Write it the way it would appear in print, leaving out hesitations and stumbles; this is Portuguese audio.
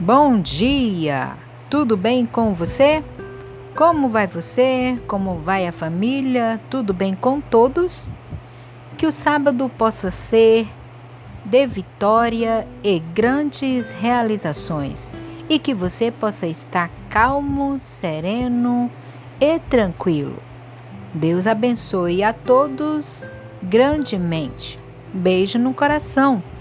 Bom dia! Tudo bem com você? Como vai você? Como vai a família? Tudo bem com todos? Que o sábado possa ser de vitória e grandes realizações e que você possa estar calmo, sereno e tranquilo. Deus abençoe a todos grandemente. Beijo no coração.